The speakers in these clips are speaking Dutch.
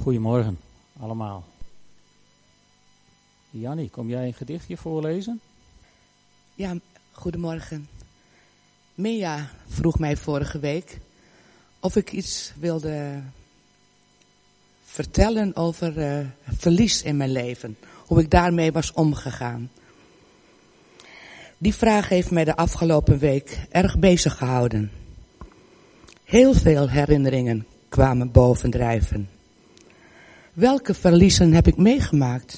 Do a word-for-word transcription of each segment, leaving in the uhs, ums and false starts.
Goedemorgen allemaal. Jannie, kom jij een gedichtje voorlezen? Ja, goedemorgen. Mia vroeg mij vorige week of ik iets wilde vertellen over uh, verlies in mijn leven. Hoe ik daarmee was omgegaan. Die vraag heeft mij de afgelopen week erg bezig gehouden. Heel veel herinneringen kwamen bovendrijven. Welke verliezen heb ik meegemaakt?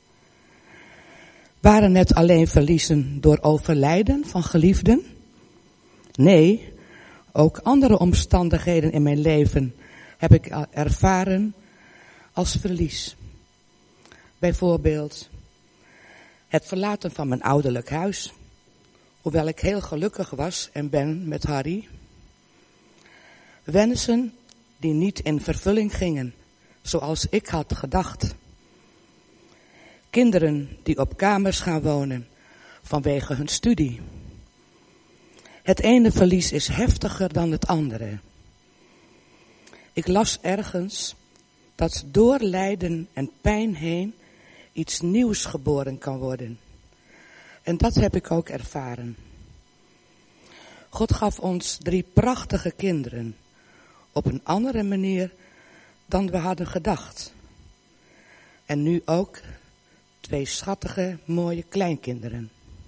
Waren het alleen verliezen door overlijden van geliefden? Nee, ook andere omstandigheden in mijn leven heb ik ervaren als verlies. Bijvoorbeeld het verlaten van mijn ouderlijk huis, hoewel ik heel gelukkig was en ben met Harry. Wensen die niet in vervulling gingen, zoals ik had gedacht. Kinderen die op kamers gaan wonen vanwege hun studie. Het ene verlies is heftiger dan het andere. Ik las ergens dat door lijden en pijn heen iets nieuws geboren kan worden. En dat heb ik ook ervaren. God gaf ons drie prachtige kinderen op een andere manier dan we hadden gedacht. En nu ook twee schattige, mooie kleinkinderen.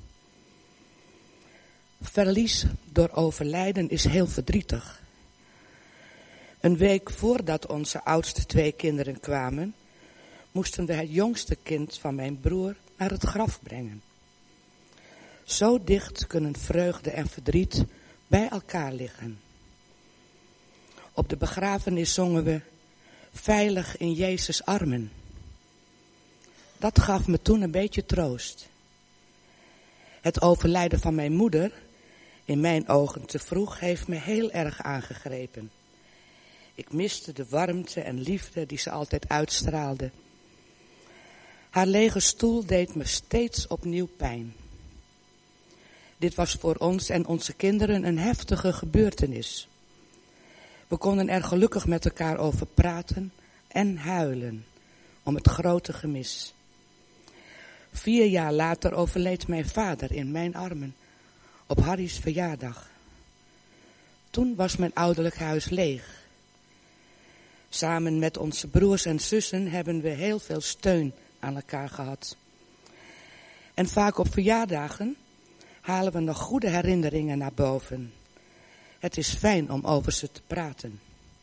Verlies door overlijden is heel verdrietig. Een week voordat onze oudste twee kinderen kwamen, moesten we het jongste kind van mijn broer naar het graf brengen. Zo dicht kunnen vreugde en verdriet bij elkaar liggen. Op de begrafenis zongen we veilig in Jezus' armen. Dat gaf me toen een beetje troost. Het overlijden van mijn moeder, in mijn ogen te vroeg, heeft me heel erg aangegrepen. Ik miste de warmte en liefde die ze altijd uitstraalde. Haar lege stoel deed me steeds opnieuw pijn. Dit was voor ons en onze kinderen een heftige gebeurtenis. We konden er gelukkig met elkaar over praten en huilen om het grote gemis. Vier jaar later overleed mijn vader in mijn armen op Harry's verjaardag. Toen was mijn ouderlijk huis leeg. Samen met onze broers en zussen hebben we heel veel steun aan elkaar gehad. En vaak op verjaardagen halen we nog goede herinneringen naar boven. Het is fijn om over ze te praten.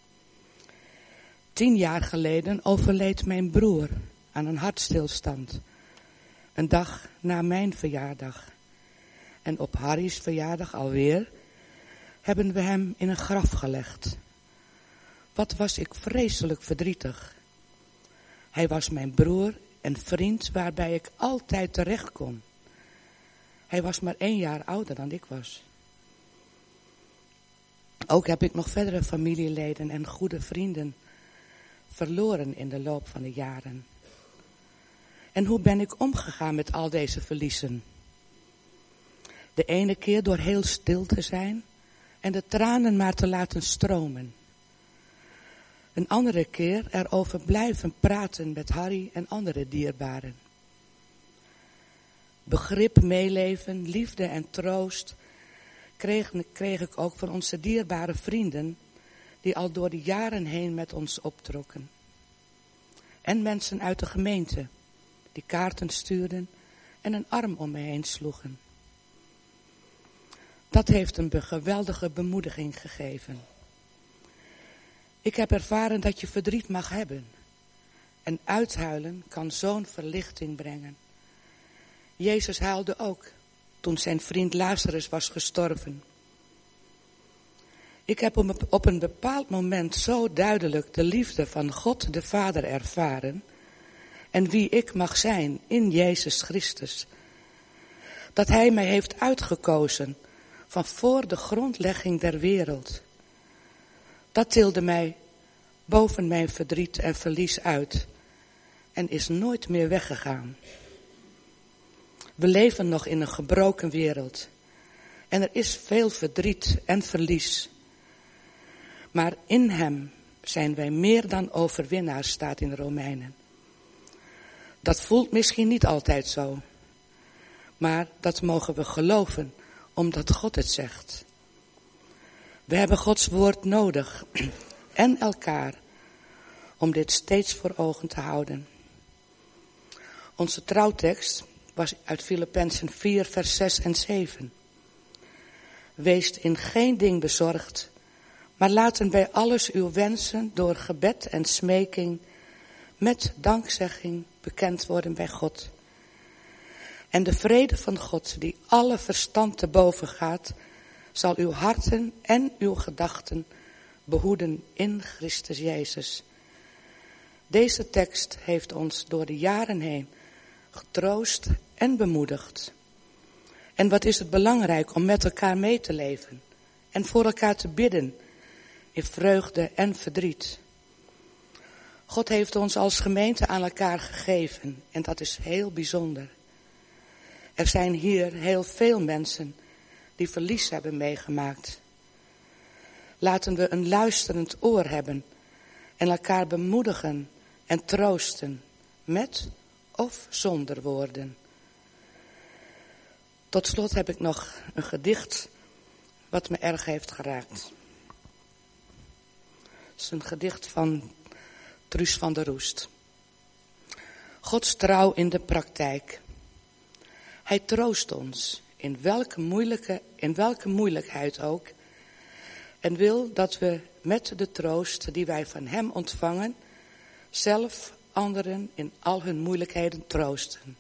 Tien jaar geleden overleed mijn broer aan een hartstilstand. Een dag na mijn verjaardag. En op Harry's verjaardag alweer hebben we hem in een graf gelegd. Wat was ik vreselijk verdrietig. Hij was mijn broer en vriend waarbij ik altijd terecht kon. Hij was maar één jaar ouder dan ik was. Ook heb ik nog verdere familieleden en goede vrienden verloren in de loop van de jaren. En hoe ben ik omgegaan met al deze verliezen? De ene keer door heel stil te zijn en de tranen maar te laten stromen. Een andere keer erover blijven praten met Harry en andere dierbaren. Begrip, meeleven, liefde en troost kreeg, kreeg ik ook van onze dierbare vrienden die al door de jaren heen met ons optrokken. En mensen uit de gemeente die kaarten stuurden en een arm om me heen sloegen. Dat heeft een geweldige bemoediging gegeven. Ik heb ervaren dat je verdriet mag hebben. En uithuilen kan zo'n verlichting brengen. Jezus huilde ook toen zijn vriend Lazarus was gestorven. Ik heb op een bepaald moment zo duidelijk de liefde van God de Vader ervaren en wie ik mag zijn in Jezus Christus. Dat Hij mij heeft uitgekozen van voor de grondlegging der wereld. Dat tilde mij boven mijn verdriet en verlies uit en is nooit meer weggegaan. We leven nog in een gebroken wereld en er is veel verdriet en verlies. Maar in Hem zijn wij meer dan overwinnaars, staat in Romeinen. Dat voelt misschien niet altijd zo. Maar dat mogen we geloven, omdat God het zegt. We hebben Gods woord nodig en elkaar om dit steeds voor ogen te houden. Onze trouwtekst was uit Filippenzen vier, vers zes en zeven. Wees in geen ding bezorgd, maar laten bij alles uw wensen door gebed en smeking met dankzegging bekend worden bij God. En de vrede van God, die alle verstand te boven gaat, zal uw harten en uw gedachten behoeden in Christus Jezus. Deze tekst heeft ons door de jaren heen getroost en bemoedigd. En wat is het belangrijk om met elkaar mee te leven en voor elkaar te bidden in vreugde en verdriet. God heeft ons als gemeente aan elkaar gegeven en dat is heel bijzonder. Er zijn hier heel veel mensen die verlies hebben meegemaakt. Laten we een luisterend oor hebben en elkaar bemoedigen en troosten met of zonder woorden. Tot slot heb ik nog een gedicht wat me erg heeft geraakt. Het is een gedicht van Truus van der Roest. Gods trouw in de praktijk. Hij troost ons in welke, moeilijke, in welke moeilijkheid ook. En wil dat we met de troost die wij van hem ontvangen, zelf anderen in al hun moeilijkheden troosten.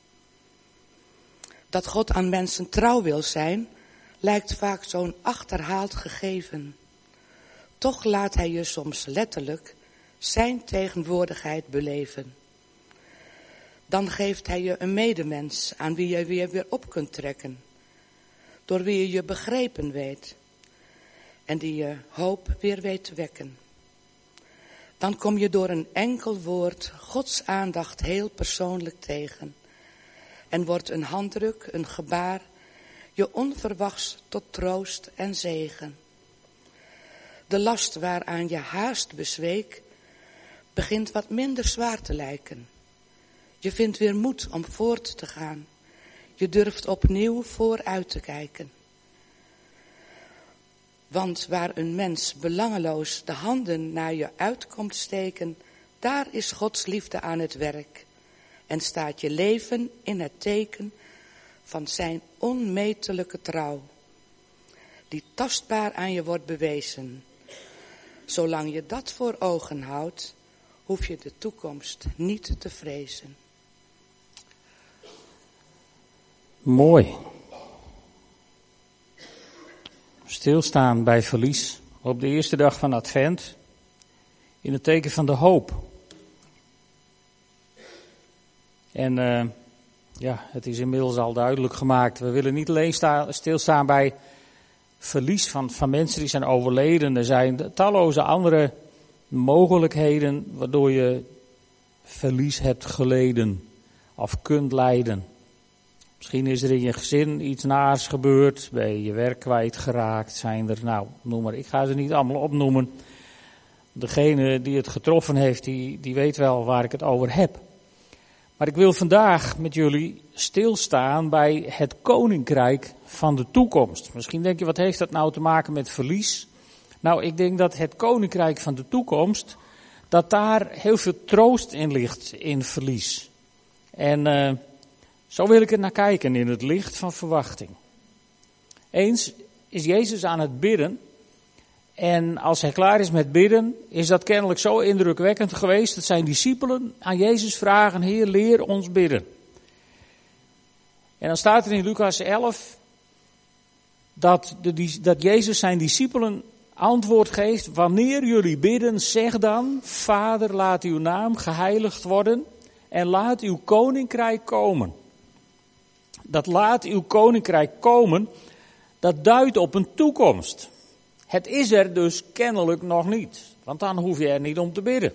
Dat God aan mensen trouw wil zijn, lijkt vaak zo'n achterhaald gegeven. Toch laat hij je soms letterlijk zijn tegenwoordigheid beleven. Dan geeft hij je een medemens aan wie je weer weer op kunt trekken. Door wie je je begrepen weet. En die je hoop weer weet te wekken. Dan kom je door een enkel woord Gods aandacht heel persoonlijk tegen. En wordt een handdruk, een gebaar, je onverwachts tot troost en zegen. De last waaraan je haast bezweek, begint wat minder zwaar te lijken. Je vindt weer moed om voort te gaan. Je durft opnieuw vooruit te kijken. Want waar een mens belangeloos de handen naar je uit komt steken, daar is Gods liefde aan het werk. En staat je leven in het teken van zijn onmetelijke trouw. Die tastbaar aan je wordt bewezen. Zolang je dat voor ogen houdt, hoef je de toekomst niet te vrezen. Mooi. Stilstaan bij verlies op de eerste dag van Advent in het teken van de hoop. En uh, ja, het is inmiddels al duidelijk gemaakt. We willen niet alleen sta, stilstaan bij verlies van, van mensen die zijn overleden. Er zijn talloze andere mogelijkheden waardoor je verlies hebt geleden of kunt lijden. Misschien is er in je gezin iets naars gebeurd, ben je je werk kwijtgeraakt, zijn er, nou, noem maar, ik ga ze niet allemaal opnoemen. Degene die het getroffen heeft, die, die weet wel waar ik het over heb. Maar ik wil vandaag met jullie stilstaan bij het koninkrijk van de toekomst. Misschien denk je, wat heeft dat nou te maken met verlies? Nou, ik denk dat het koninkrijk van de toekomst, dat daar heel veel troost in ligt in verlies. En uh, zo wil ik er naar kijken in het licht van verwachting. Eens is Jezus aan het bidden. En als hij klaar is met bidden, is dat kennelijk zo indrukwekkend geweest dat zijn discipelen aan Jezus vragen: Heer, leer ons bidden. En dan staat er in Lucas elf dat, de, dat Jezus zijn discipelen antwoord geeft: wanneer jullie bidden, zeg dan: Vader, laat uw naam geheiligd worden en laat uw koninkrijk komen. Dat laat uw koninkrijk komen, dat duidt op een toekomst. Het is er dus kennelijk nog niet, want dan hoef je er niet om te bidden.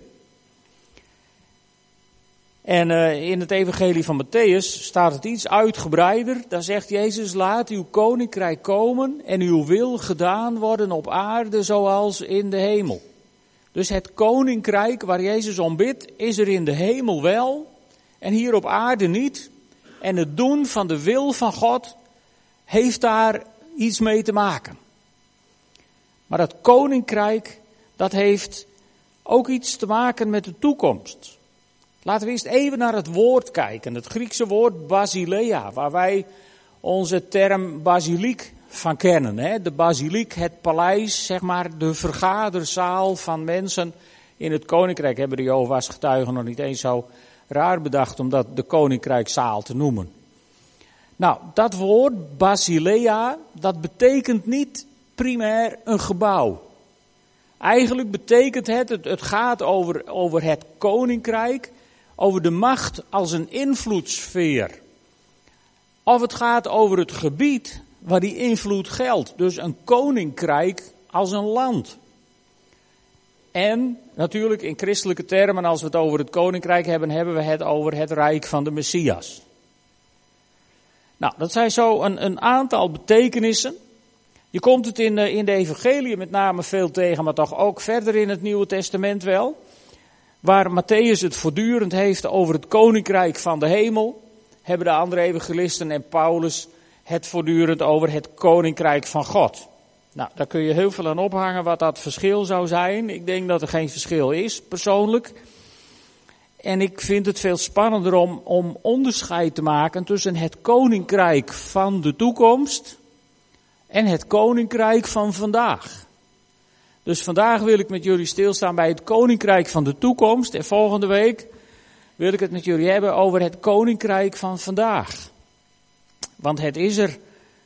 En uh, in het evangelie van Mattheüs staat het iets uitgebreider. Daar zegt Jezus: laat uw koninkrijk komen en uw wil gedaan worden op aarde zoals in de hemel. Dus het koninkrijk waar Jezus om bidt, is er in de hemel wel en hier op aarde niet. En het doen van de wil van God heeft daar iets mee te maken. Maar dat koninkrijk, dat heeft ook iets te maken met de toekomst. Laten we eerst even naar het woord kijken. Het Griekse woord basileia, waar wij onze term basiliek van kennen. Hè? De basiliek, het paleis, zeg maar, de vergaderzaal van mensen in het koninkrijk. Hebben de Jehovah's getuigen nog niet eens zo raar bedacht om dat de koninkrijkzaal te noemen. Nou, dat woord basileia, dat betekent niet primair een gebouw. Eigenlijk betekent het, het, het gaat over, over het koninkrijk, over de macht als een invloedssfeer. Of het gaat over het gebied waar die invloed geldt. Dus een koninkrijk als een land. En natuurlijk in christelijke termen, als we het over het koninkrijk hebben, hebben we het over het rijk van de Messias. Nou, dat zijn zo een, een aantal betekenissen. Je komt het in de, in de evangelie met name veel tegen, maar toch ook verder in het Nieuwe Testament wel. Waar Matthäus het voortdurend heeft over het koninkrijk van de hemel, hebben de andere evangelisten en Paulus het voortdurend over het koninkrijk van God. Nou, daar kun je heel veel aan ophangen wat dat verschil zou zijn. Ik denk dat er geen verschil is, persoonlijk. En ik vind het veel spannender om, om onderscheid te maken tussen het koninkrijk van de toekomst en het koninkrijk van vandaag. Dus vandaag wil ik met jullie stilstaan bij het koninkrijk van de toekomst. En volgende week wil ik het met jullie hebben over het koninkrijk van vandaag. Want het is er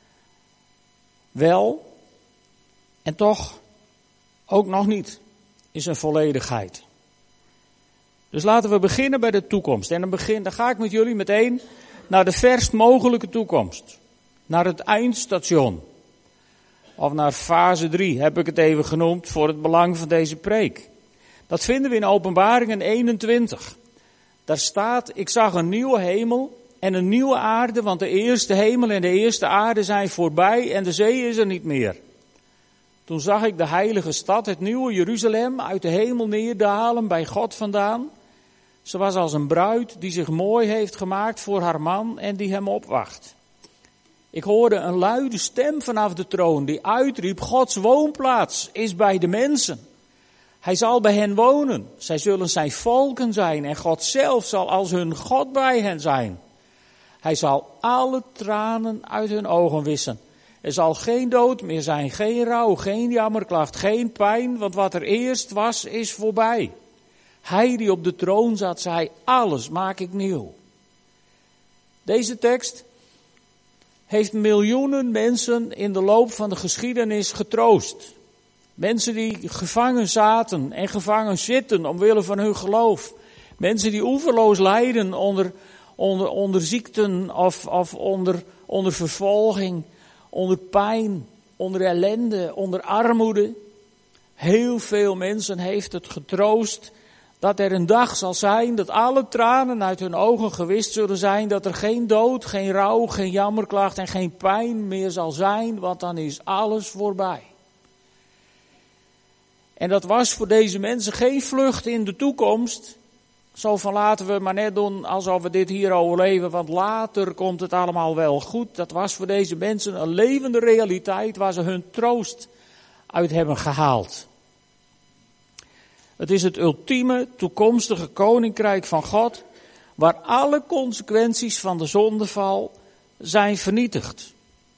wel en toch ook nog niet in zijn volledigheid. Dus laten we beginnen bij de toekomst. En dan, begin, dan ga ik met jullie meteen naar de verst mogelijke toekomst. Naar het eindstation. Of naar fase drie heb ik het even genoemd voor het belang van deze preek. Dat vinden we in Openbaringen eenentwintig. Daar staat, ik zag een nieuwe hemel en een nieuwe aarde, want de eerste hemel en de eerste aarde zijn voorbij en de zee is er niet meer. Toen zag ik de heilige stad, het nieuwe Jeruzalem, uit de hemel neerdalen bij God vandaan. Ze was als een bruid die zich mooi heeft gemaakt voor haar man en die hem opwacht. Ik hoorde een luide stem vanaf de troon die uitriep, Gods woonplaats is bij de mensen. Hij zal bij hen wonen, zij zullen zijn volken zijn en God zelf zal als hun God bij hen zijn. Hij zal alle tranen uit hun ogen wissen. Er zal geen dood meer zijn, geen rouw, geen jammerklacht, geen pijn, want wat er eerst was, is voorbij. Hij die op de troon zat, zei, alles maak ik nieuw. Deze tekst heeft miljoenen mensen in de loop van de geschiedenis getroost. Mensen die gevangen zaten en gevangen zitten omwille van hun geloof. Mensen die oeverloos lijden onder, onder, onder ziekten of, of onder, onder vervolging, onder pijn, onder ellende, onder armoede. Heel veel mensen heeft het getroost dat er een dag zal zijn dat alle tranen uit hun ogen gewist zullen zijn. Dat er geen dood, geen rouw, geen jammerklacht en geen pijn meer zal zijn, want dan is alles voorbij. En dat was voor deze mensen geen vlucht in de toekomst. Zo van laten we maar net doen alsof we dit hier overleven, want later komt het allemaal wel goed. Dat was voor deze mensen een levende realiteit waar ze hun troost uit hebben gehaald. Het is het ultieme toekomstige koninkrijk van God, waar alle consequenties van de zondeval zijn vernietigd.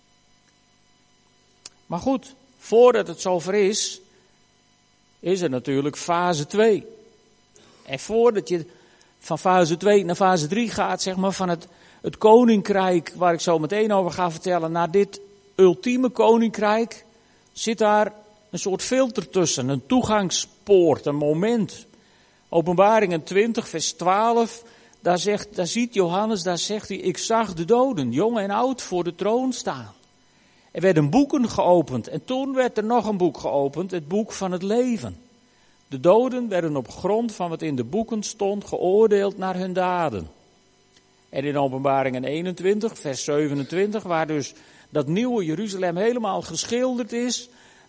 Maar goed, voordat het zover is, is er natuurlijk fase twee. En voordat je van fase twee naar fase drie gaat, zeg maar van het, het koninkrijk waar ik zo meteen over ga vertellen, naar dit ultieme koninkrijk, zit daar een soort filter tussen, een toegangspoort, een moment. Openbaringen twintig, vers twaalf, daar, zegt, daar ziet Johannes, daar zegt hij, ik zag de doden, jong en oud, voor de troon staan. Er werden boeken geopend en toen werd er nog een boek geopend, het boek van het leven. De doden werden op grond van wat in de boeken stond geoordeeld naar hun daden. En in Openbaringen eenentwintig, vers zevenentwintig, waar dus dat nieuwe Jeruzalem helemaal geschilderd is,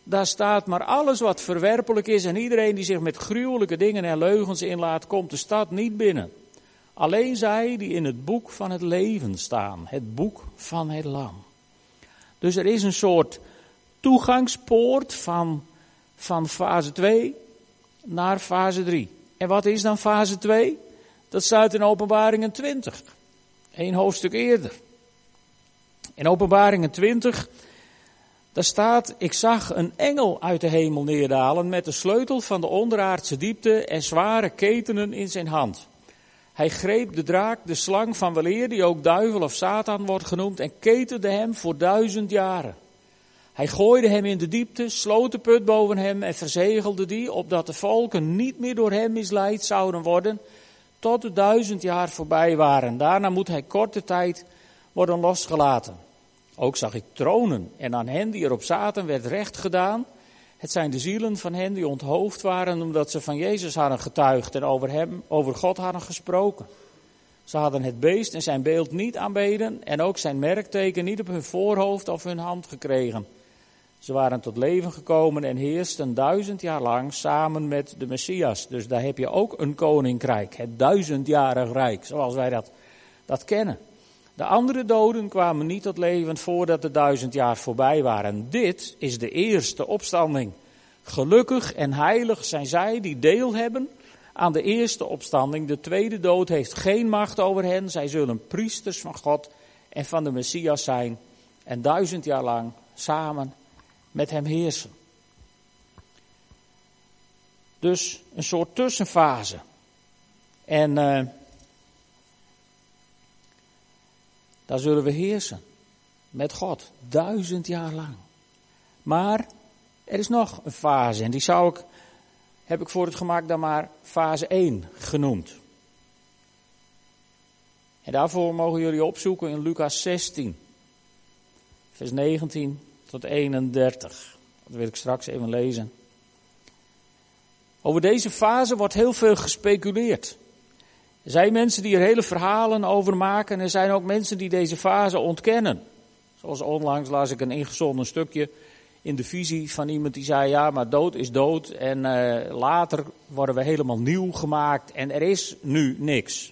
Daar staat maar alles wat verwerpelijk is en iedereen die zich met gruwelijke dingen en leugens inlaat, komt de stad niet binnen. Alleen zij die in het boek van het leven staan, het boek van het lam. Dus er is een soort toegangspoort van, van fase twee naar fase drie. En wat is dan fase twee? Dat staat in Openbaringen twintig, één hoofdstuk eerder. In Openbaringen twintig, daar staat, ik zag een engel uit de hemel neerdalen met de sleutel van de onderaardse diepte en zware ketenen in zijn hand. Hij greep de draak, de slang van weleer, die ook duivel of Satan wordt genoemd, en ketende hem voor duizend jaren. Hij gooide hem in de diepte, sloot de put boven hem en verzegelde die, opdat de volken niet meer door hem misleid zouden worden, tot de duizend jaar voorbij waren. Daarna moet hij korte tijd worden losgelaten. Ook zag ik tronen en aan hen die erop zaten werd recht gedaan. Het zijn de zielen van hen die onthoofd waren omdat ze van Jezus hadden getuigd en over hem, over God hadden gesproken. Ze hadden het beest en zijn beeld niet aanbeden en ook zijn merkteken niet op hun voorhoofd of hun hand gekregen. Ze waren tot leven gekomen en heersten duizend jaar lang samen met de Messias. Dus daar heb je ook een koninkrijk, het duizendjarig rijk, zoals wij dat, dat kennen. De andere doden kwamen niet tot leven voordat de duizend jaar voorbij waren. Dit is de eerste opstanding. Gelukkig en heilig zijn zij die deel hebben aan de eerste opstanding. De tweede dood heeft geen macht over hen. Zij zullen priesters van God en van de Messias zijn en duizend jaar lang samen met hem heersen. Dus een soort tussenfase. En uh, daar zullen we heersen met God, duizend jaar lang. Maar er is nog een fase en die zou ik, heb ik voor het gemak dan maar fase één genoemd. En daarvoor mogen jullie opzoeken in Lucas zestien, vers negentien tot eenendertig. Dat wil ik straks even lezen. Over deze fase wordt heel veel gespeculeerd. Er zijn mensen die er hele verhalen over maken en er zijn ook mensen die deze fase ontkennen. Zoals onlangs las ik een ingezonden stukje in de visie van iemand die zei, ja, maar dood is dood en uh, later worden we helemaal nieuw gemaakt en er is nu niks.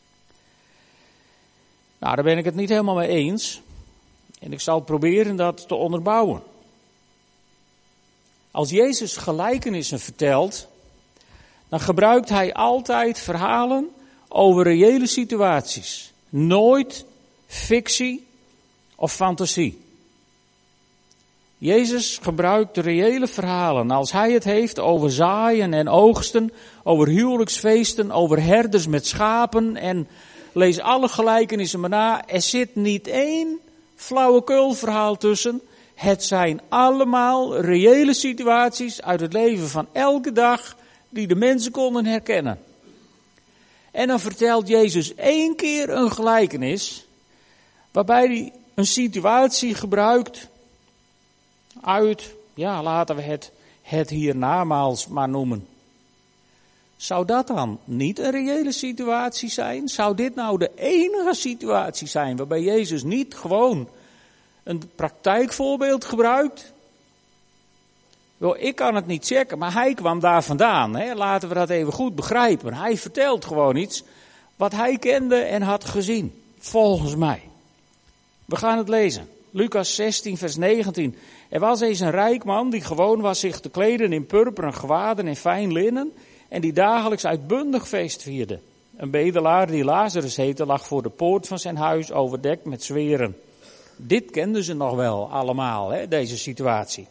Nou, daar ben ik het niet helemaal mee eens en ik zal proberen dat te onderbouwen. Als Jezus gelijkenissen vertelt, dan gebruikt hij altijd verhalen over reële situaties. Nooit fictie of fantasie. Jezus gebruikt de reële verhalen. Als hij het heeft over zaaien en oogsten, over huwelijksfeesten, over herders met schapen en lees alle gelijkenissen maar na. Er zit niet één flauwekul verhaal tussen. Het zijn allemaal reële situaties uit het leven van elke dag die de mensen konden herkennen. En dan vertelt Jezus één keer een gelijkenis waarbij hij een situatie gebruikt uit, ja, laten we het, het hiernamaals maar noemen. Zou dat dan niet een reële situatie zijn? Zou dit nou de enige situatie zijn waarbij Jezus niet gewoon een praktijkvoorbeeld gebruikt? Wel, ik kan het niet checken, maar hij kwam daar vandaan. Hè? Laten we dat even goed begrijpen. Hij vertelt gewoon iets wat hij kende en had gezien, volgens mij. We gaan het lezen. Lucas zestien, vers negentien. Er was eens een rijk man die gewoon was zich te kleden in purperen gewaden en fijn linnen en die dagelijks uitbundig feest vierde. Een bedelaar die Lazarus heette lag voor de poort van zijn huis overdekt met zweren. Dit kenden ze nog wel allemaal, hè, deze situatie.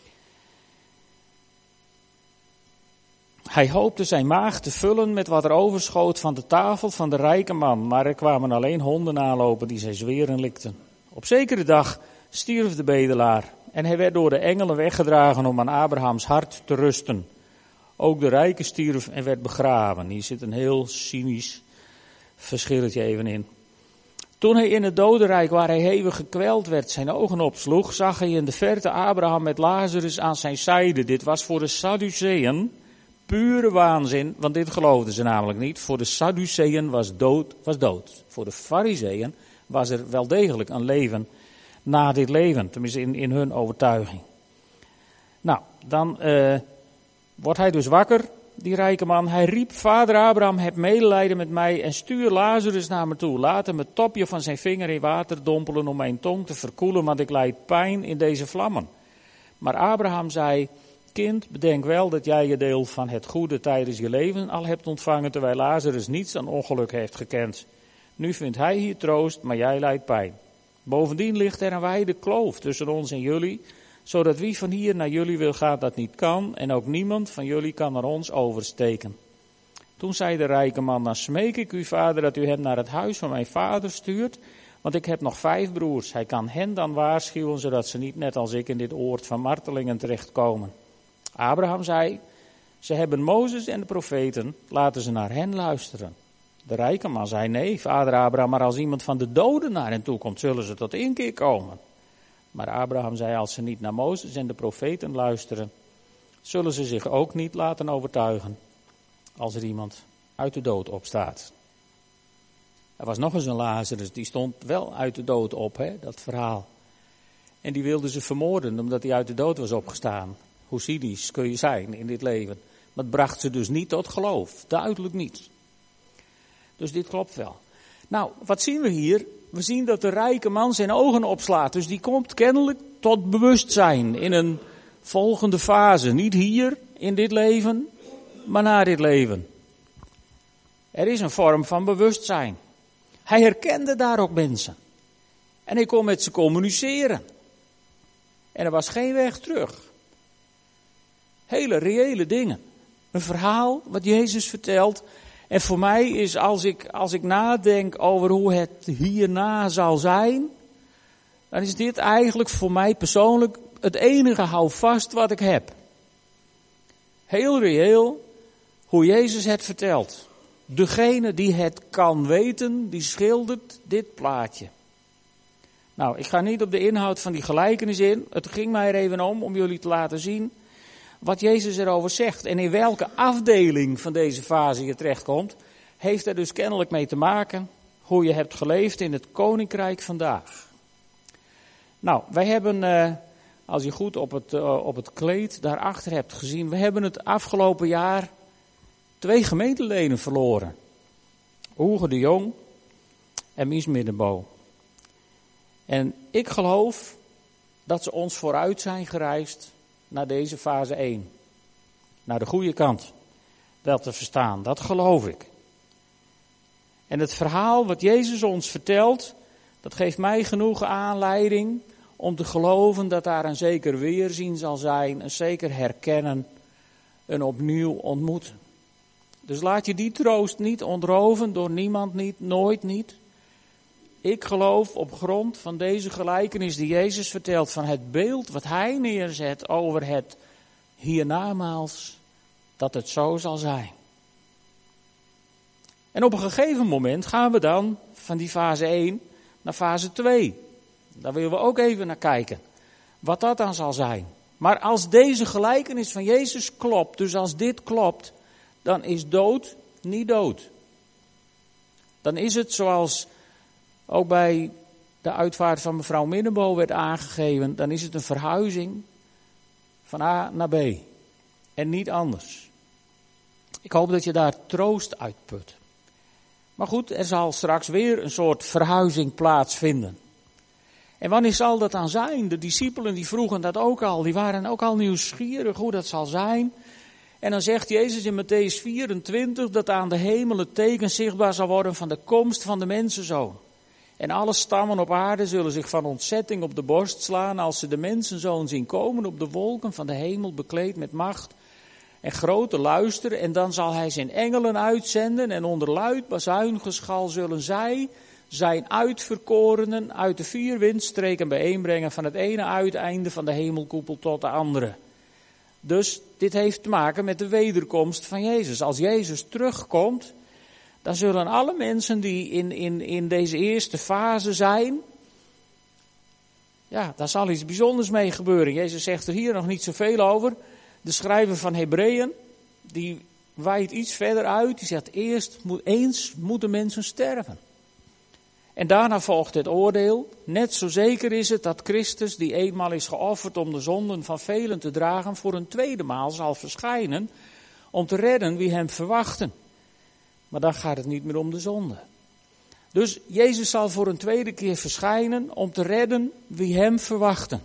Hij hoopte zijn maag te vullen met wat er overschoot van de tafel van de rijke man, maar er kwamen alleen honden aanlopen die zijn zweren likten. Op zekere dag stierf de bedelaar en hij werd door de engelen weggedragen om aan Abrahams hart te rusten. Ook de rijke stierf en werd begraven. Hier zit een heel cynisch verschilletje even in. Toen hij in het dodenrijk waar hij hevig gekweld werd zijn ogen opsloeg, zag hij in de verte Abraham met Lazarus aan zijn zijde. Dit was voor de Sadduceeën pure waanzin, want dit geloofden ze namelijk niet. Voor de Sadduceeën was dood, was dood. Voor de Farizeeën was er wel degelijk een leven na dit leven, tenminste in, in hun overtuiging. Nou, dan uh, wordt hij dus wakker, die rijke man. Hij riep, vader Abraham, heb medelijden met mij en stuur Lazarus naar me toe. Laat hem het topje van zijn vinger in water dompelen om mijn tong te verkoelen, want ik lijd pijn in deze vlammen. Maar Abraham zei, kind, bedenk wel dat jij je deel van het goede tijdens je leven al hebt ontvangen, terwijl Lazarus niets aan ongeluk heeft gekend. Nu vindt hij hier troost, maar jij lijdt pijn. Bovendien ligt er een wijde kloof tussen ons en jullie, zodat wie van hier naar jullie wil gaan dat niet kan, en ook niemand van jullie kan naar ons oversteken. Toen zei de rijke man, dan smeek ik u, vader, dat u hem naar het huis van mijn vader stuurt, want ik heb nog vijf broers. Hij kan hen dan waarschuwen, zodat ze niet net als ik in dit oord van martelingen terechtkomen. Abraham zei, ze hebben Mozes en de profeten, laten ze naar hen luisteren. De rijke man zei, nee, vader Abraham, maar als iemand van de doden naar hen toe komt, zullen ze tot inkeer komen. Maar Abraham zei, als ze niet naar Mozes en de profeten luisteren, zullen ze zich ook niet laten overtuigen als er iemand uit de dood opstaat. Er was nog eens een Lazarus, die stond wel uit de dood op, hè, dat verhaal. En die wilden ze vermoorden, omdat hij uit de dood was opgestaan. Hoe cynisch kun je zijn in dit leven. Maar het bracht ze dus niet tot geloof, duidelijk niet. Dus dit klopt wel. Nou, wat zien we hier? We zien dat de rijke man zijn ogen opslaat. Dus die komt kennelijk tot bewustzijn in een volgende fase. Niet hier, in dit leven, maar na dit leven. Er is een vorm van bewustzijn. Hij herkende daar ook mensen. En hij kon met ze communiceren. En er was geen weg terug. Hele reële dingen. Een verhaal wat Jezus vertelt. En voor mij is, als ik, als ik nadenk over hoe het hierna zal zijn, dan is dit eigenlijk voor mij persoonlijk het enige houvast wat ik heb. Heel reëel hoe Jezus het vertelt. Degene die het kan weten, die schildert dit plaatje. Nou, ik ga niet op de inhoud van die gelijkenis in. Het ging mij er even om, om jullie te laten zien wat Jezus erover zegt. En in welke afdeling van deze fase je terechtkomt, heeft er dus kennelijk mee te maken hoe je hebt geleefd in het koninkrijk vandaag. Nou, wij hebben, uh, als je goed op het, uh, op het kleed daarachter hebt gezien, we hebben het afgelopen jaar twee gemeenteleden verloren. Oege de Jong en Mies Middenbo. En ik geloof dat ze ons vooruit zijn gereisd naar deze fase één. Naar de goede kant. Wel te verstaan, dat geloof ik. En het verhaal wat Jezus ons vertelt, dat geeft mij genoeg aanleiding om te geloven dat daar een zeker weerzien zal zijn, een zeker herkennen, een opnieuw ontmoeten. Dus laat je die troost niet ontroven door niemand niet, nooit niet. Ik geloof op grond van deze gelijkenis die Jezus vertelt, van het beeld wat hij neerzet over het hiernamaals, dat het zo zal zijn. En op een gegeven moment gaan we dan van die fase één naar fase twee. Daar willen we ook even naar kijken. Wat dat dan zal zijn. Maar als deze gelijkenis van Jezus klopt, dus als dit klopt, dan is dood niet dood. Dan is het zoals ook bij de uitvaart van mevrouw Middenbo werd aangegeven, dan is het een verhuizing van A naar B. En niet anders. Ik hoop dat je daar troost uit put. Maar goed, er zal straks weer een soort verhuizing plaatsvinden. En wanneer zal dat dan zijn? De discipelen die vroegen dat ook al, die waren ook al nieuwsgierig hoe dat zal zijn. En dan zegt Jezus in Mattheüs vierentwintig dat aan de hemel het teken zichtbaar zal worden van de komst van de mensenzoon. En alle stammen op aarde zullen zich van ontzetting op de borst slaan als ze de mensenzoon zien komen op de wolken van de hemel bekleed met macht en grote luister. En dan zal hij zijn engelen uitzenden en onder luid bazuingeschal zullen zij zijn uitverkorenen uit de vier windstreken bijeenbrengen van het ene uiteinde van de hemelkoepel tot de andere. Dus dit heeft te maken met de wederkomst van Jezus. Als Jezus terugkomt, dan zullen alle mensen die in, in, in deze eerste fase zijn, ja, daar zal iets bijzonders mee gebeuren. Jezus zegt er hier nog niet zoveel over. De schrijver van Hebreeën, die wijdt iets verder uit. Die zegt eerst, moet, eens moeten mensen sterven. En daarna volgt het oordeel. Net zo zeker is het dat Christus, die eenmaal is geofferd om de zonden van velen te dragen, voor een tweede maal zal verschijnen om te redden wie hem verwachten. Maar dan gaat het niet meer om de zonde. Dus Jezus zal voor een tweede keer verschijnen om te redden wie hem verwachten.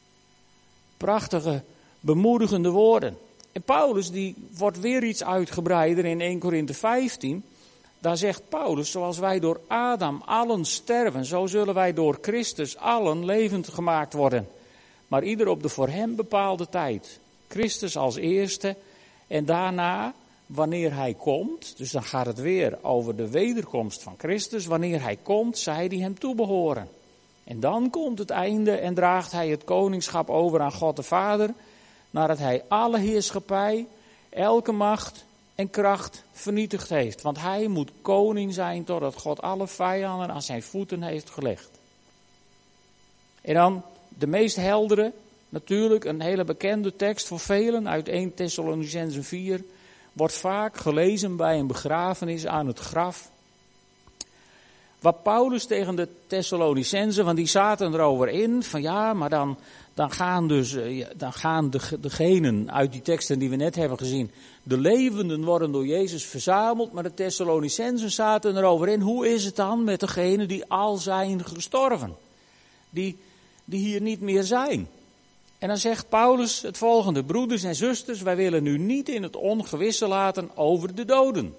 Prachtige, bemoedigende woorden. En Paulus die wordt weer iets uitgebreider in Eerste Korinthe vijftien. Daar zegt Paulus, zoals wij door Adam allen sterven, zo zullen wij door Christus allen levend gemaakt worden. Maar ieder op de voor hem bepaalde tijd. Christus als eerste en daarna, wanneer hij komt, dus dan gaat het weer over de wederkomst van Christus. Wanneer hij komt, zij die hem toebehoren. En dan komt het einde en draagt hij het koningschap over aan God de Vader, nadat hij alle heerschappij, elke macht en kracht vernietigd heeft. Want hij moet koning zijn totdat God alle vijanden aan zijn voeten heeft gelegd. En dan de meest heldere, natuurlijk een hele bekende tekst voor velen uit Eerste Thessalonicenzen vier, wordt vaak gelezen bij een begrafenis aan het graf. Wat Paulus tegen de Thessalonicenzen, want die zaten erover in, van ja, maar dan, dan gaan dus, dan gaan de, degenen uit die teksten die we net hebben gezien, de levenden worden door Jezus verzameld, maar de Thessalonicenzen zaten erover in, hoe is het dan met degenen die al zijn gestorven? Die, die hier niet meer zijn. En dan zegt Paulus het volgende, broeders en zusters, wij willen u niet in het ongewisse laten over de doden.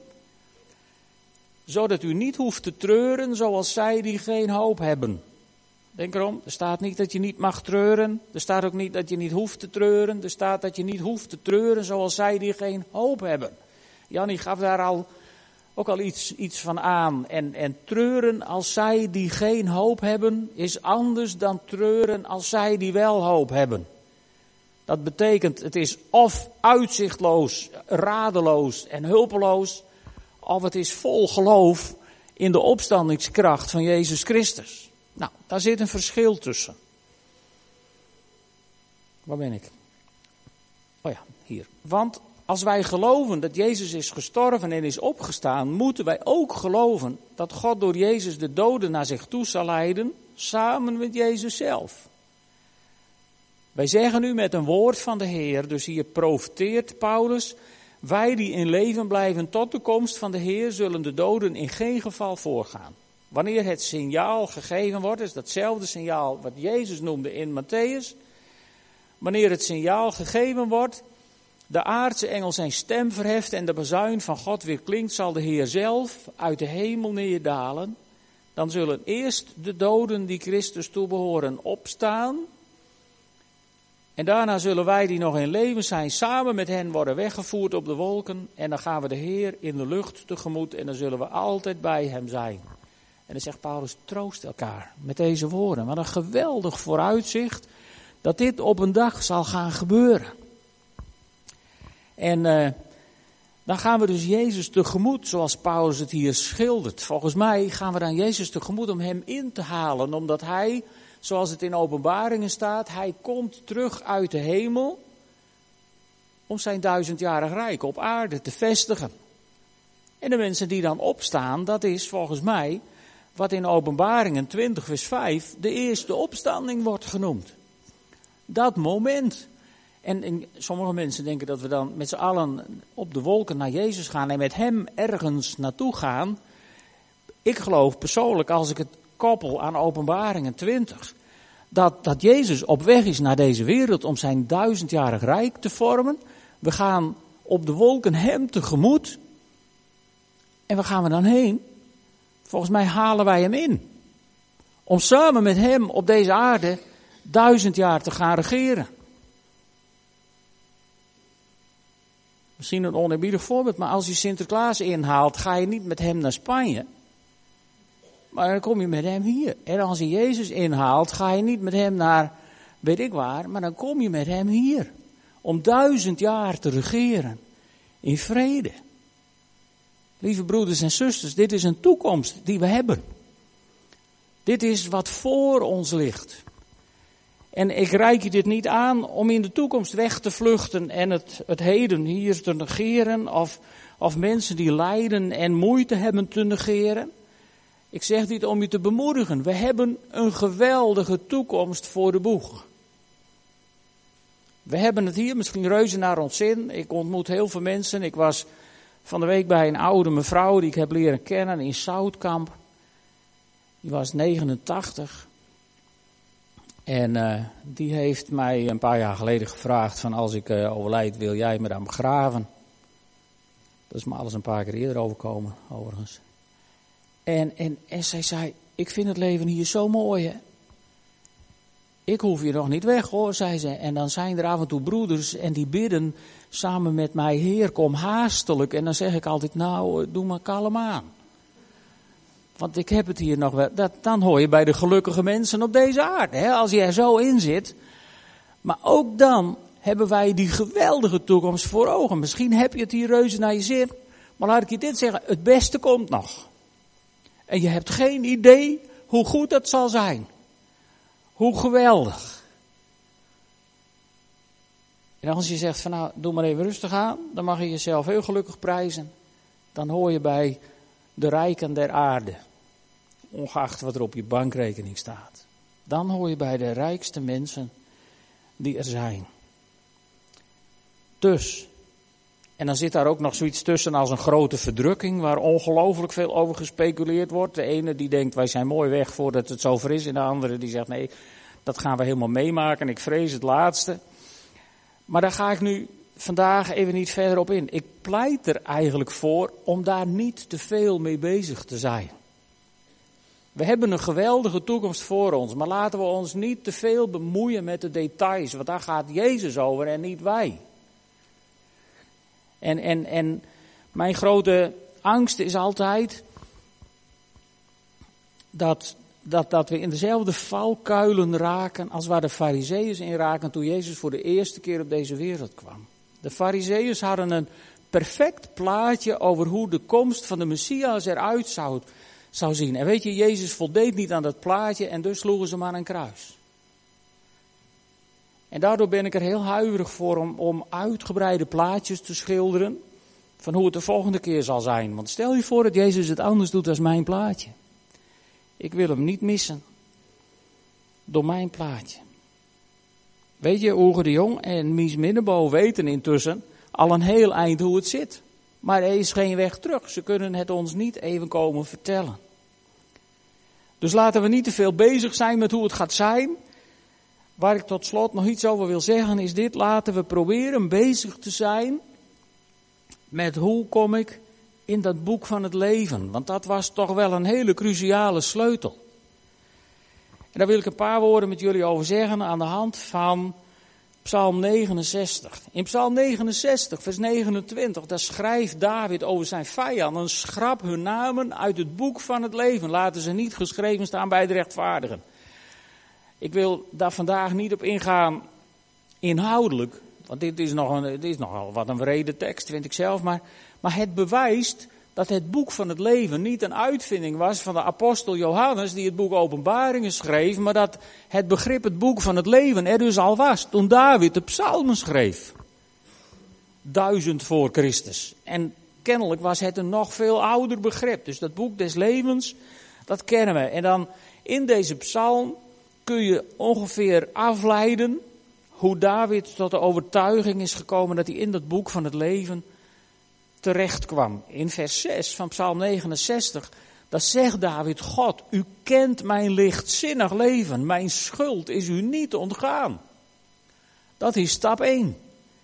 Zodat u niet hoeft te treuren zoals zij die geen hoop hebben. Denk erom, er staat niet dat je niet mag treuren. Er staat ook niet dat je niet hoeft te treuren. Er staat dat je niet hoeft te treuren zoals zij die geen hoop hebben. Jannie gaf daar al, ook al iets, iets van aan. En, en treuren als zij die geen hoop hebben is anders dan treuren als zij die wel hoop hebben. Dat betekent, het is of uitzichtloos, radeloos en hulpeloos, of het is vol geloof in de opstandingskracht van Jezus Christus. Nou, daar zit een verschil tussen. Waar ben ik? Oh ja, hier. Want als wij geloven dat Jezus is gestorven en is opgestaan, moeten wij ook geloven dat God door Jezus de doden naar zich toe zal leiden, samen met Jezus zelf. Wij zeggen nu met een woord van de Heer, dus hier profeteert Paulus, wij die in leven blijven tot de komst van de Heer zullen de doden in geen geval voorgaan. Wanneer het signaal gegeven wordt, is datzelfde signaal wat Jezus noemde in Matthäus. Wanneer het signaal gegeven wordt, de aardse engel zijn stem verheft en de bazuin van God weer klinkt, zal de Heer zelf uit de hemel neerdalen. Dan zullen eerst de doden die Christus toebehoren opstaan. En daarna zullen wij die nog in leven zijn samen met hen worden weggevoerd op de wolken. En dan gaan we de Heer in de lucht tegemoet en dan zullen we altijd bij hem zijn. En dan zegt Paulus, troost elkaar met deze woorden. Wat een geweldig vooruitzicht dat dit op een dag zal gaan gebeuren. En uh, dan gaan we dus Jezus tegemoet, zoals Paulus het hier schildert. Volgens mij gaan we dan Jezus tegemoet om hem in te halen, omdat hij, zoals het in Openbaringen staat, hij komt terug uit de hemel om zijn duizendjarig rijk op aarde te vestigen. En de mensen die dan opstaan, dat is volgens mij wat in Openbaringen twintig vers vijf de eerste opstanding wordt genoemd. Dat moment. En, en sommige mensen denken dat we dan met z'n allen op de wolken naar Jezus gaan en met hem ergens naartoe gaan. Ik geloof persoonlijk, als ik het koppel aan Openbaringen twintig, dat, dat Jezus op weg is naar deze wereld om zijn duizendjarig rijk te vormen. We gaan op de wolken hem tegemoet. En waar gaan we dan heen? Volgens mij halen wij hem in. Om samen met hem op deze aarde duizend jaar te gaan regeren. Misschien een oneerbiedig voorbeeld, maar als je Sinterklaas inhaalt, ga je niet met hem naar Spanje. Maar dan kom je met hem hier. En als je Jezus inhaalt, ga je niet met hem naar weet ik waar, maar dan kom je met hem hier. Om duizend jaar te regeren. In vrede. Lieve broeders en zusters, dit is een toekomst die we hebben. Dit is wat voor ons ligt. En ik reik je dit niet aan om in de toekomst weg te vluchten en het, het heden hier te negeren. Of, of mensen die lijden en moeite hebben te negeren. Ik zeg dit om je te bemoedigen. We hebben een geweldige toekomst voor de boeg. We hebben het hier misschien reuze naar ons zin. Ik ontmoet heel veel mensen. Ik was van de week bij een oude mevrouw die ik heb leren kennen in Zoutkamp. Die was negenentachtig. En uh, die heeft mij een paar jaar geleden gevraagd van als ik uh, overlijd, wil jij me dan begraven? Dat is me alles een paar keer eerder overkomen, overigens. En, en, en zij zei, ik vind het leven hier zo mooi, hè. Ik hoef hier nog niet weg, hoor, zei ze. En dan zijn er af en toe broeders en die bidden samen met mij, Heer, kom haastelijk. En dan zeg ik altijd, nou, doe maar kalm aan. Want ik heb het hier nog wel. Dat, dan hoor je bij de gelukkige mensen op deze aarde, hè, als je er zo in zit. Maar ook dan hebben wij die geweldige toekomst voor ogen. Misschien heb je het hier reuze naar je zin. Maar laat ik je dit zeggen, het beste komt nog. En je hebt geen idee hoe goed dat zal zijn. Hoe geweldig. En als je zegt van nou, doe maar even rustig aan. Dan mag je jezelf heel gelukkig prijzen. Dan hoor je bij de rijken der aarde. Ongeacht wat er op je bankrekening staat. Dan hoor je bij de rijkste mensen die er zijn. Dus. En dan zit daar ook nog zoiets tussen als een grote verdrukking. Waar ongelooflijk veel over gespeculeerd wordt. De ene die denkt wij zijn mooi weg voordat het zover is. En de andere die zegt nee, dat gaan we helemaal meemaken. Ik vrees het laatste. Maar daar ga ik nu vandaag even niet verder op in. Ik pleit er eigenlijk voor om daar niet te veel mee bezig te zijn. We hebben een geweldige toekomst voor ons. Maar laten we ons niet te veel bemoeien met de details. Want daar gaat Jezus over en niet wij. En, en, en mijn grote angst is altijd dat, dat, dat we in dezelfde valkuilen raken als waar de Farizeeërs in raken toen Jezus voor de eerste keer op deze wereld kwam. De Farizeeërs hadden een perfect plaatje over hoe de komst van de Messias eruit zou, zou zien. En weet je, Jezus voldeed niet aan dat plaatje en dus sloegen ze hem aan een kruis. En daardoor ben ik er heel huiverig voor om, om uitgebreide plaatjes te schilderen van hoe het de volgende keer zal zijn. Want stel je voor dat Jezus het anders doet dan mijn plaatje. Ik wil hem niet missen door mijn plaatje. Weet je, Oege de Jong en Mies Minnebo weten intussen al een heel eind hoe het zit. Maar er is geen weg terug. Ze kunnen het ons niet even komen vertellen. Dus laten we niet te veel bezig zijn met hoe het gaat zijn. Waar ik tot slot nog iets over wil zeggen is dit. Laten we proberen bezig te zijn met hoe kom ik in dat boek van het leven. Want dat was toch wel een hele cruciale sleutel. En daar wil ik een paar woorden met jullie over zeggen aan de hand van Psalm negenenzestig. In Psalm negenenzestig, vers negenentwintig, daar schrijft David over zijn vijanden. Schrap hun namen uit het boek van het leven. Laten ze niet geschreven staan bij de rechtvaardigen. Ik wil daar vandaag niet op ingaan inhoudelijk. Want dit is, nog een, dit is nogal wat een wrede tekst, vind ik zelf. Maar, maar het bewijst dat het boek van het leven niet een uitvinding was van de apostel Johannes die het boek Openbaringen schreef. Maar dat het begrip het boek van het leven er dus al was toen David de psalmen schreef. Duizend voor Christus. En kennelijk was het een nog veel ouder begrip. Dus dat boek des levens, dat kennen we. En dan in deze psalm kun je ongeveer afleiden hoe David tot de overtuiging is gekomen dat hij in dat boek van het leven terecht kwam. In vers zes van Psalm negenenzestig, daar zegt David, God, u kent mijn lichtzinnig leven, mijn schuld is u niet ontgaan. Dat is stap één.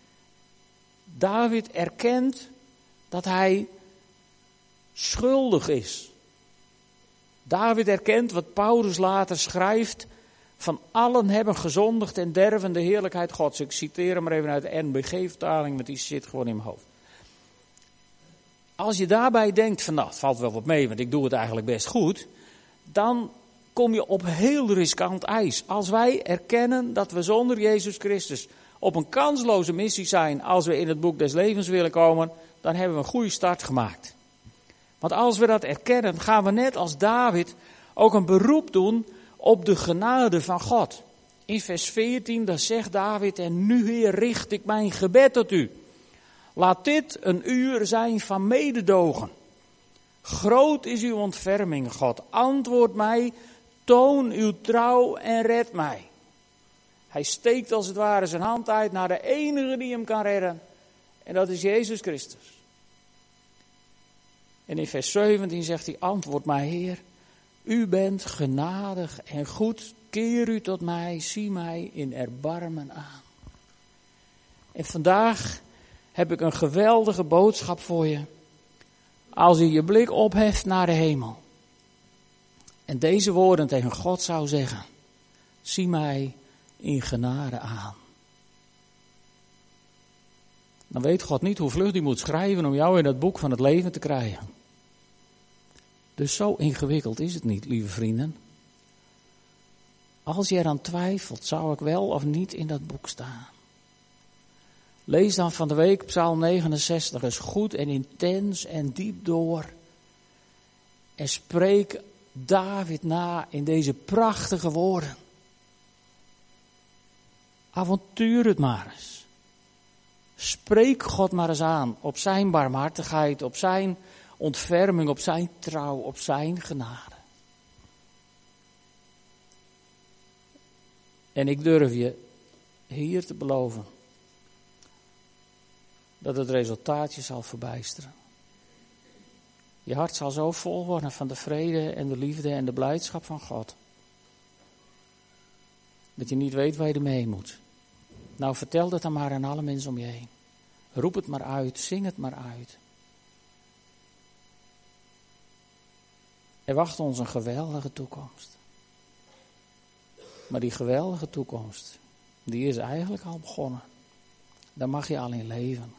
David erkent dat hij schuldig is. David erkent wat Paulus later schrijft, van allen hebben gezondigd en derven de heerlijkheid Gods. Ik citeer hem maar even uit de N B G-vertaling, want die zit gewoon in mijn hoofd. Als je daarbij denkt van, nou, het valt wel wat mee, want ik doe het eigenlijk best goed, dan kom je op heel riskant ijs. Als wij erkennen dat we zonder Jezus Christus op een kansloze missie zijn, als we in het boek des levens willen komen, dan hebben we een goede start gemaakt. Want als we dat erkennen, gaan we net als David ook een beroep doen op de genade van God. In vers veertien, daar zegt David, en nu Heer richt ik mijn gebed tot u. Laat dit een uur zijn van mededogen. Groot is uw ontferming, God. Antwoord mij, toon uw trouw en red mij. Hij steekt als het ware zijn hand uit naar de enige die hem kan redden. En dat is Jezus Christus. En in vers zeventien zegt hij, antwoord mij, Heer. U bent genadig en goed. Keer u tot mij, zie mij in erbarmen aan. En vandaag heb ik een geweldige boodschap voor je. Als u je blik opheft naar de hemel. En deze woorden tegen God zou zeggen. Zie mij in genade aan. Dan weet God niet hoe vlug hij moet schrijven om jou in het boek van het leven te krijgen. Dus zo ingewikkeld is het niet, lieve vrienden. Als je eraan twijfelt, zou ik wel of niet in dat boek staan. Lees dan van de week Psalm negenenzestig eens goed en intens en diep door. En spreek David na in deze prachtige woorden. Avontuur het maar eens. Spreek God maar eens aan op zijn barmhartigheid, op zijn ontferming, op zijn trouw, op zijn genade. En ik durf je hier te beloven dat het resultaat je zal verbijsteren. Je hart zal zo vol worden van de vrede en de liefde en de blijdschap van God. Dat je niet weet waar je ermee heen moet. Nou, vertel dat dan maar aan alle mensen om je heen. Roep het maar uit, zing het maar uit. Er wacht ons een geweldige toekomst. Maar die geweldige toekomst, die is eigenlijk al begonnen. Daar mag je al in leven.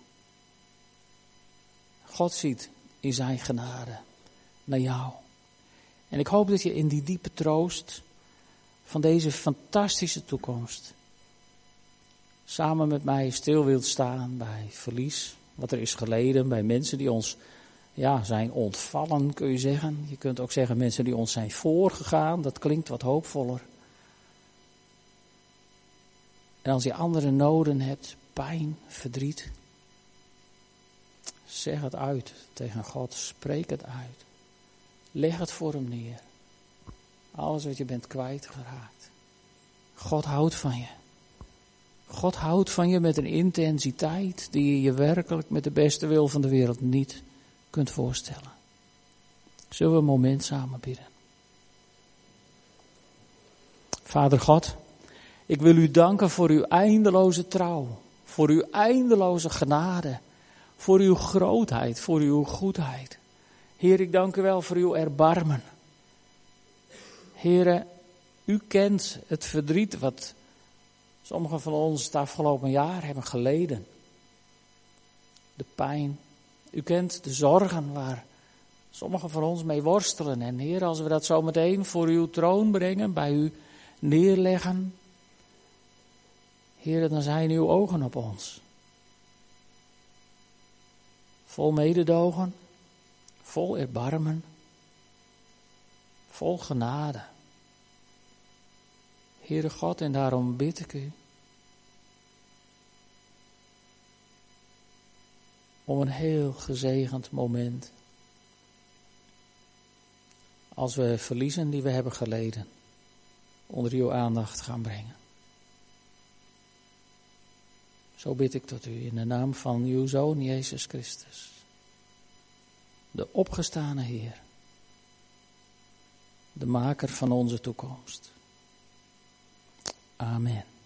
God ziet in zijn genade naar jou. En ik hoop dat je in die diepe troost van deze fantastische toekomst samen met mij stil wilt staan bij verlies, wat er is geleden, bij mensen die ons ja, zijn ontvallen, kun je zeggen. Je kunt ook zeggen mensen die ons zijn voorgegaan, dat klinkt wat hoopvoller. En als je andere noden hebt, pijn, verdriet, zeg het uit tegen God, spreek het uit. Leg het voor hem neer. Alles wat je bent kwijtgeraakt. God houdt van je. God houdt van je met een intensiteit die je je werkelijk met de beste wil van de wereld niet kunt voorstellen. Zullen we een moment samen bidden? Vader God, ik wil u danken voor uw eindeloze trouw, voor uw eindeloze genade, voor uw grootheid, voor uw goedheid. Heer, ik dank u wel voor uw erbarmen. Heere, u kent het verdriet wat sommigen van ons het afgelopen jaar hebben geleden. De pijn. U kent de zorgen waar sommigen van ons mee worstelen. En Heer, als we dat zo meteen voor uw troon brengen, bij u neerleggen. Heer, dan zijn uw ogen op ons. Vol mededogen, vol erbarmen, vol genade. Heere God, en daarom bid ik u om een heel gezegend moment. Als we verliezen die we hebben geleden, onder uw aandacht gaan brengen. Zo bid ik tot u in de naam van uw Zoon Jezus Christus, de opgestane Heer, de maker van onze toekomst. Amen.